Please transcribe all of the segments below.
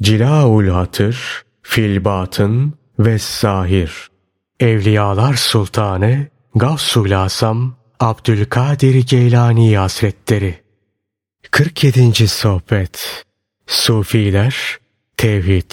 Cilaul hatır, fil batın ve zahir. Evliyalar Sultanı Gavsul Asam Abdülkadir Geylani Hazretleri. 47. Sohbet. Sufiler, Tevhid.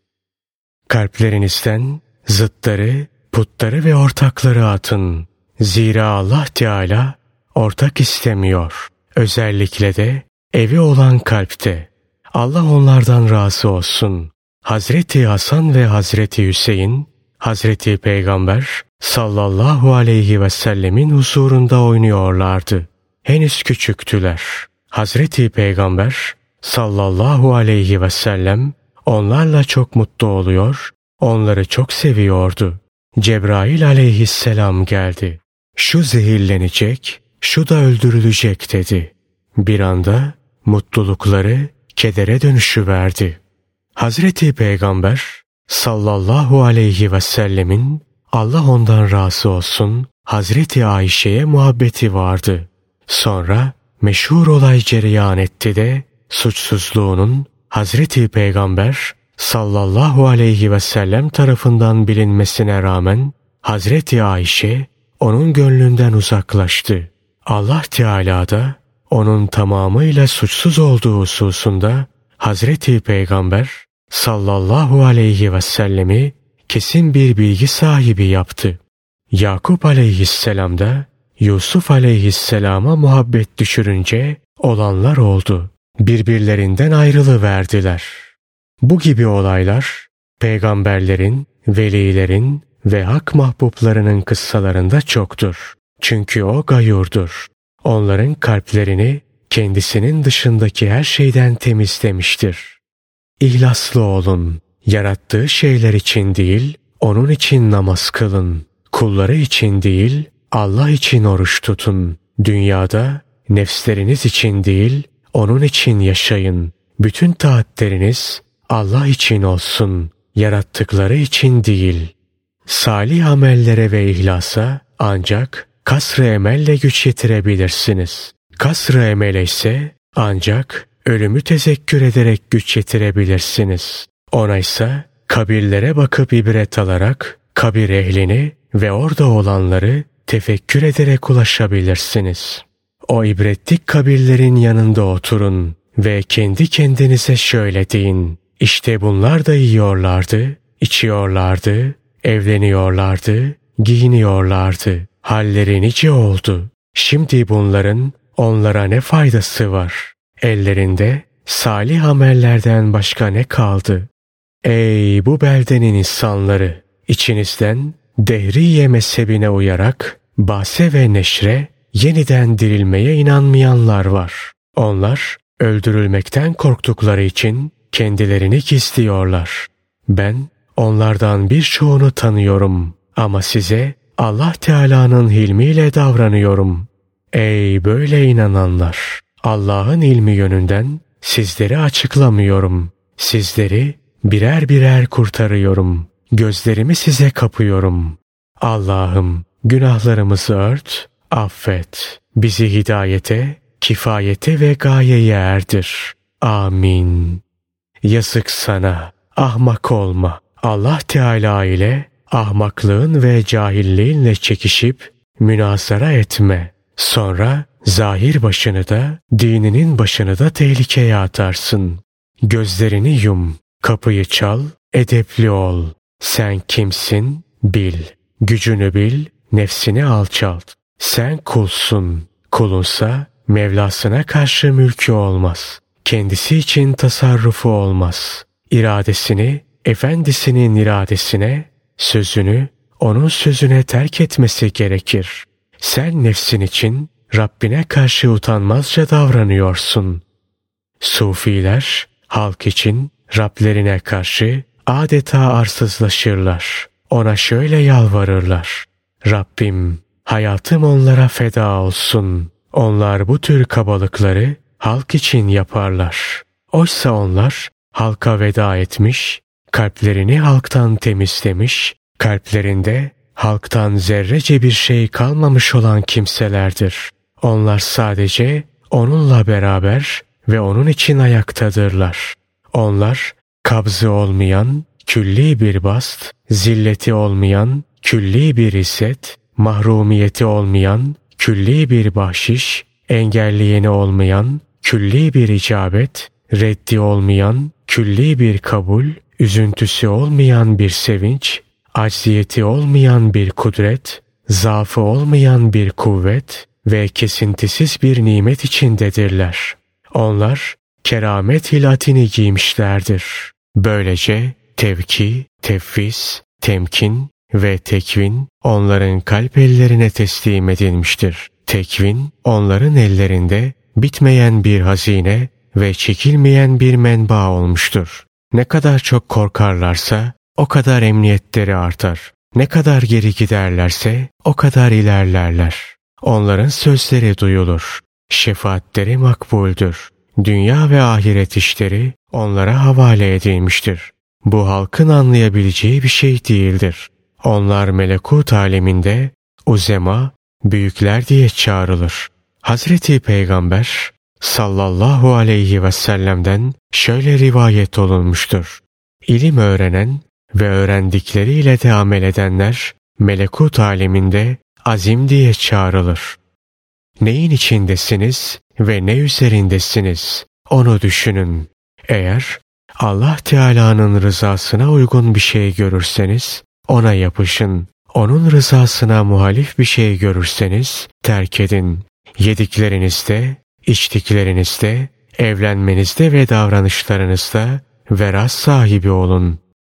Kalplerinizden zıtları, putları ve ortakları atın. Zira Allah Teala ortak istemiyor. Özellikle de evi olan kalpte. Allah onlardan razı olsun. Hazreti Hasan ve Hazreti Hüseyin, Hazreti Peygamber sallallahu aleyhi ve sellemin huzurunda oynuyorlardı. Henüz küçüktüler. Hazreti Peygamber sallallahu aleyhi ve sellem onlarla çok mutlu oluyor, onları çok seviyordu. Cebrail aleyhisselam geldi. Şu zehirlenecek, şu da öldürülecek dedi. Bir anda mutlulukları kedere dönüşüverdi. Hazreti Peygamber sallallahu aleyhi ve sellemin Allah ondan razı olsun Hazreti Ayşe'ye muhabbeti vardı. Sonra meşhur olay cereyan etti de suçsuzluğunun Hazreti Peygamber sallallahu aleyhi ve sellem tarafından bilinmesine rağmen Hazreti Ayşe onun gönlünden uzaklaştı. Allah Teala da onun tamamıyla suçsuz olduğu hususunda Hazreti Peygamber sallallahu aleyhi ve sellemi kesin bir bilgi sahibi yaptı. Yakup aleyhisselam da Yusuf aleyhisselama muhabbet düşürünce olanlar oldu. Birbirlerinden ayrılıverdiler. Bu gibi olaylar peygamberlerin, velilerin ve hak mahbuplarının kıssalarında çoktur. Çünkü o gayurdur. Onların kalplerini kendisinin dışındaki her şeyden temizlemiştir. İhlaslı olun. Yarattığı şeyler için değil, onun için namaz kılın. Kulları için değil, Allah için oruç tutun. Dünyada nefsleriniz için değil, onun için yaşayın. Bütün taatleriniz Allah için olsun. Yarattıkları için değil. Salih amellere ve ihlasa ancak kasr-ı emelle güç yetirebilirsiniz. Kasr-ı emele ise ancak ölümü tezekkür ederek güç yetirebilirsiniz. Ona ise kabirlere bakıp ibret alarak kabir ehlini ve orada olanları tefekkür ederek ulaşabilirsiniz. O ibretlik kabirlerin yanında oturun ve kendi kendinize şöyle deyin. İşte bunlar da yiyorlardı, içiyorlardı, evleniyorlardı, giyiniyorlardı. Halleri nice oldu. Şimdi bunların onlara ne faydası var? Ellerinde salih amellerden başka ne kaldı? Ey bu beldenin insanları! İçinizden Dehriye mezhebine uyarak bahse ve neşre yeniden dirilmeye inanmayanlar var. Onlar öldürülmekten korktukları için kendilerini gizliyorlar. Ben onlardan birçoğunu tanıyorum ama size Allah Teala'nın hilmiyle davranıyorum. Ey böyle inananlar! Allah'ın ilmi yönünden sizleri açıklamıyorum. Sizleri birer birer kurtarıyorum. Gözlerimi size kapıyorum. Allah'ım günahlarımızı ört, affet. Bizi hidayete, kifayete ve gayeye erdir. Amin. Yazık sana, ahmak olma. Allah Teala ile ahmaklığın ve cahilliğinle çekişip münazara etme. Sonra zahir başını da dininin başını da tehlikeye atarsın. Gözlerini yum, kapıyı çal, edepli ol. Sen kimsin? Bil. Gücünü bil, nefsini alçalt. Sen kulsun. Kulunsa Mevlasına karşı mülkü olmaz. Kendisi için tasarrufu olmaz. İradesini efendisinin iradesine, sözünü onun sözüne terk etmesi gerekir. Sen nefsin için Rabbine karşı utanmazca davranıyorsun. Sufiler halk için Rablerine karşı adeta arsızlaşırlar. Ona şöyle yalvarırlar. Rabbim, hayatım onlara feda olsun. Onlar bu tür kabalıkları halk için yaparlar. Oysa onlar halka veda etmiş, kalplerini halktan temizlemiş, kalplerinde halktan zerrece bir şey kalmamış olan kimselerdir. Onlar sadece onunla beraber ve onun için ayaktadırlar. Onlar kabzı olmayan külli bir bast, zilleti olmayan külli bir izzet, mahrumiyeti olmayan külli bir bahşiş, engelleyeni olmayan külli bir icabet, reddi olmayan külli bir kabul, üzüntüsü olmayan bir sevinç, acziyeti olmayan bir kudret, zaafı olmayan bir kuvvet ve kesintisiz bir nimet içindedirler. Onlar keramet hilatini giymişlerdir. Böylece tevki, tefviz, temkin ve tekvin onların kalp ellerine teslim edilmiştir. Tekvin onların ellerinde bitmeyen bir hazine ve çekilmeyen bir menba olmuştur. Ne kadar çok korkarlarsa o kadar emniyetleri artar. Ne kadar geri giderlerse o kadar ilerlerler. Onların sözleri duyulur. Şefaatleri makbuldür. Dünya ve ahiret işleri onlara havale edilmiştir. Bu halkın anlayabileceği bir şey değildir. Onlar melekut aleminde uzema, büyükler diye çağrılır. Hazreti Peygamber sallallahu aleyhi ve sellem'den şöyle rivayet olunmuştur. İlim öğrenen ve öğrendikleriyle de amel edenler melekut aleminde azim diye çağrılır. Neyin içindesiniz ve ne üzerindesiniz onu düşünün. Eğer Allah Teala'nın rızasına uygun bir şey görürseniz ona yapışın. Onun rızasına muhalif bir şey görürseniz terk edin. Yediklerinizde, içtiklerinizde, evlenmenizde ve davranışlarınızda veras sahibi olun.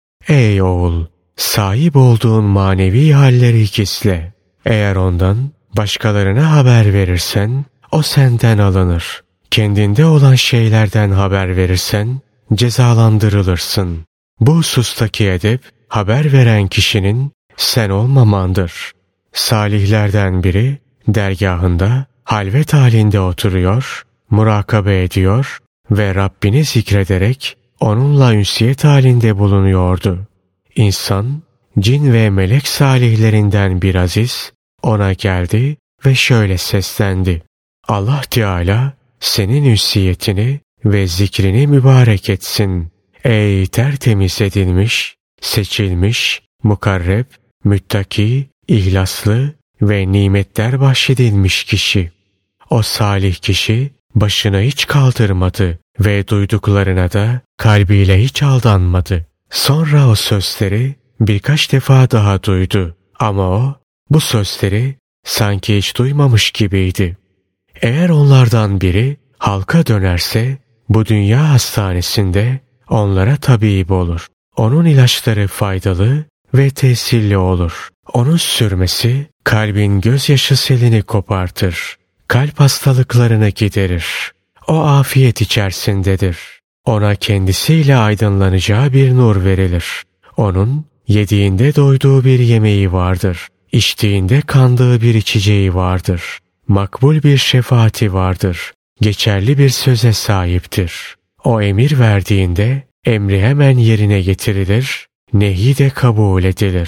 Ey oğul! Sahip olduğun manevi halleri gizle. Eğer ondan başkalarına haber verirsen o senden alınır. Kendinde olan şeylerden haber verirsen cezalandırılırsın. Bu husustaki edep haber veren kişinin sen olmamandır. Salihlerden biri dergahında halvet halinde oturuyor, murakabe ediyor ve Rabbini zikrederek onunla ünsiyet halinde bulunuyordu. İnsan, cin ve melek salihlerinden bir aziz ona geldi ve şöyle seslendi. Allah Teala senin ünsiyetini ve zikrini mübarek etsin. Ey tertemiz edilmiş, seçilmiş, mukarreb, müttaki, ihlaslı ve nimetler bahşedilmiş kişi. O salih kişi başını hiç kaldırmadı ve duyduklarına da kalbiyle hiç aldanmadı. Sonra o sözleri birkaç defa daha duydu ama o bu sözleri sanki hiç duymamış gibiydi. Eğer onlardan biri halka dönerse bu dünya hastanesinde onlara tabip olur. Onun ilaçları faydalı ve tesirli olur. Onun sürmesi kalbin gözyaşı selini kopartır. Kalp hastalıklarını giderir. O afiyet içerisindedir. Ona kendisiyle aydınlanacağı bir nur verilir. Onun yediğinde doyduğu bir yemeği vardır. İçtiğinde kandığı bir içeceği vardır. Makbul bir şefaati vardır. Geçerli bir söze sahiptir. O emir verdiğinde emri hemen yerine getirilir, nehi de kabul edilir.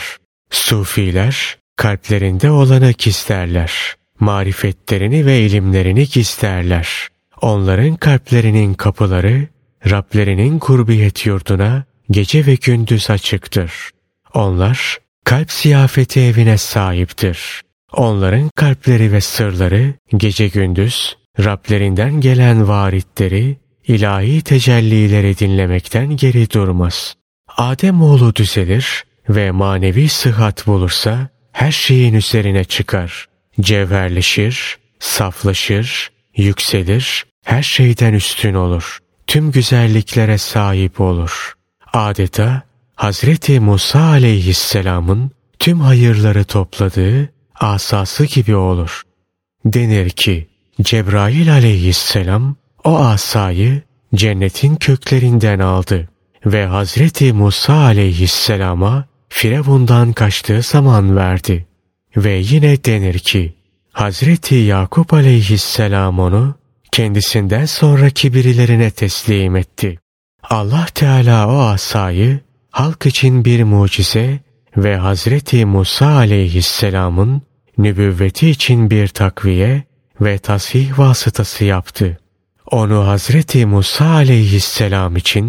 Sufiler kalplerinde olanı gizlerler. Marifetlerini ve ilimlerini gizlerler. Onların kalplerinin kapıları Rablerinin kurbiyet yurduna gece ve gündüz açıktır. Onlar kalp ziyafeti evine sahiptir. Onların kalpleri ve sırları gece gündüz Rablerinden gelen varitleri, ilahi tecellileri dinlemekten geri durmaz. Ademoğlu düzelir ve manevi sıhhat bulursa her şeyin üzerine çıkar. Cevherleşir, saflaşır, yükselir, her şeyden üstün olur. Tüm güzelliklere sahip olur. Adeta Hazreti Musa aleyhisselamın tüm hayırları topladığı asası gibi olur. Denir ki Cebrail aleyhisselam o asayı cennetin köklerinden aldı ve Hazreti Musa aleyhisselama Firavundan kaçtığı zaman verdi. Ve yine denir ki Hazreti Yakup aleyhisselam onu kendisinden sonraki birilerine teslim etti. Allah Teala o asayı halk için bir mucize ve Hazreti Musa aleyhisselamın nübüvveti için bir takviye ve tasih vasıtası yaptı. Onu Hazreti Musa aleyhisselam için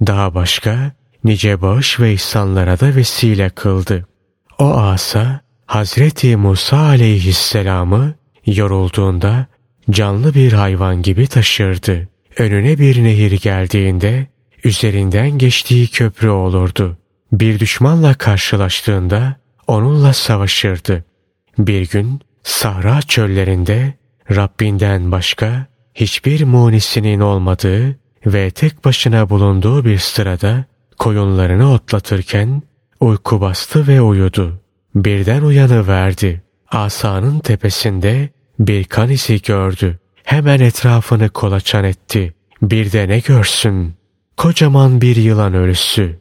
Daha başka nice bağış ve ihsanlara da vesile kıldı. O asa Hazreti Musa aleyhisselamı yorulduğunda canlı bir hayvan gibi taşırdı. Önüne bir nehir geldiğinde üzerinden geçtiği köprü olurdu. Bir düşmanla karşılaştığında onunla savaşırdı. Bir gün Sahra çöllerinde Rabbinden başka hiçbir munisinin olmadığı ve tek başına bulunduğu bir sırada koyunlarını otlatırken uyku bastı ve uyudu. Birden uyanıverdi. Asanın tepesinde bir kan izi gördü. Hemen etrafını kolaçan etti. Bir de ne görsün? Kocaman bir yılan ölüsü.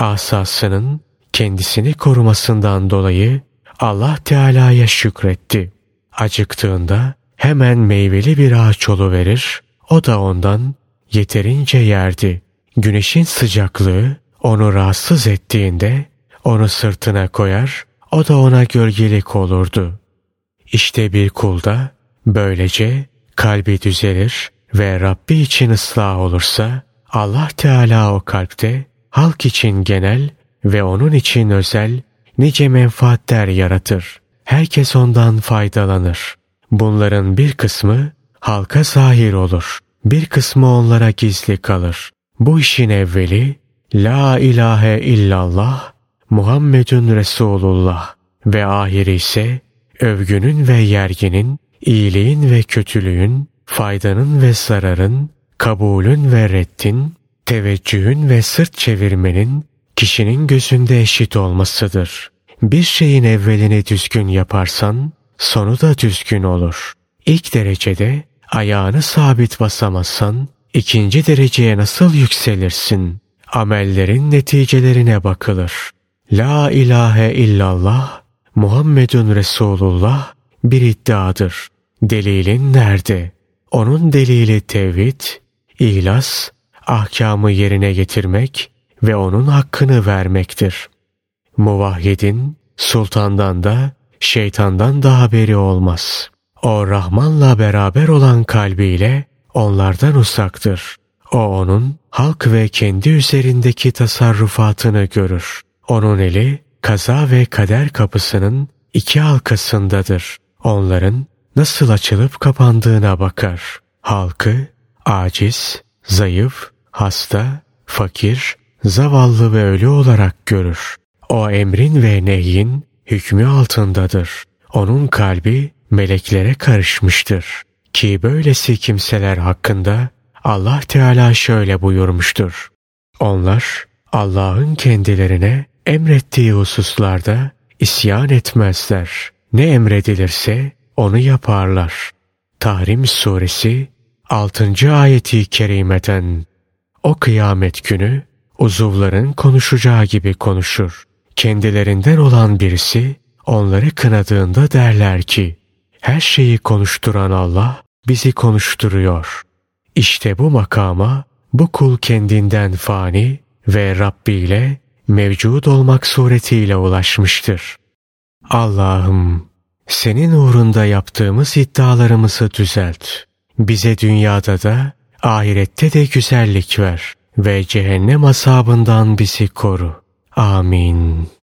Asasının kendisini korumasından dolayı Allah Teala'ya şükretti. Acıktığında hemen meyveli bir ağaç oluverir, o da ondan yeterince yerdi. Güneşin sıcaklığı onu rahatsız ettiğinde onu sırtına koyar, o da ona gölgelik olurdu. İşte bir kulda böylece kalbi düzelir ve Rabbi için ıslah olursa Allah Teala o kalpte halk için genel ve onun için özel nice menfaatler yaratır. Herkes ondan faydalanır. Bunların bir kısmı halka zahir olur. Bir kısmı onlara gizli kalır. Bu işin evveli La ilahe illallah Muhammedun Resulullah ve ahiri ise övgünün ve yerginin, iyiliğin ve kötülüğün, faydanın ve zararın, kabulün ve reddin, teveccühün ve sırt çevirmenin kişinin gözünde eşit olmasıdır. Bir şeyin evvelini düzgün yaparsan sonu da düzgün olur. İlk derecede ayağını sabit basamazsan ikinci dereceye nasıl yükselirsin? Amellerin neticelerine bakılır. La ilahe illallah Muhammedun Resulullah bir iddiadır. Delilin nerede? Onun delili tevhid, ihlas, ahkamı yerine getirmek ve onun hakkını vermektir. Muvahhidin sultandan da şeytandan da haberi olmaz. O Rahman'la beraber olan kalbiyle onlardan uzaktır. O onun halk ve kendi üzerindeki tasarrufatını görür. Onun eli kaza ve kader kapısının iki halkasındadır. Onların nasıl açılıp kapandığına bakar. Halkı aciz, zayıf, hasta, fakir, zavallı ve ölü olarak görür. O emrin ve nehyin hükmü altındadır. Onun kalbi meleklere karışmıştır. Ki böylesi kimseler hakkında Allah Teala şöyle buyurmuştur. Onlar Allah'ın kendilerine emrettiği hususlarda isyan etmezler. Ne emredilirse onu yaparlar. Tahrim suresi 6. ayeti kerimeden. O kıyamet günü uzuvların konuşacağı gibi konuşur. Kendilerinden olan birisi onları kınadığında derler ki, her şeyi konuşturan Allah bizi konuşturuyor. İşte bu makama bu kul kendinden fani ve Rabbi ile mevcud olmak suretiyle ulaşmıştır. Allah'ım, senin uğrunda yaptığımız iddialarımızı düzelt. Bize dünyada da ahirette de güzellik ver ve cehennem azabından bizi koru. Amin.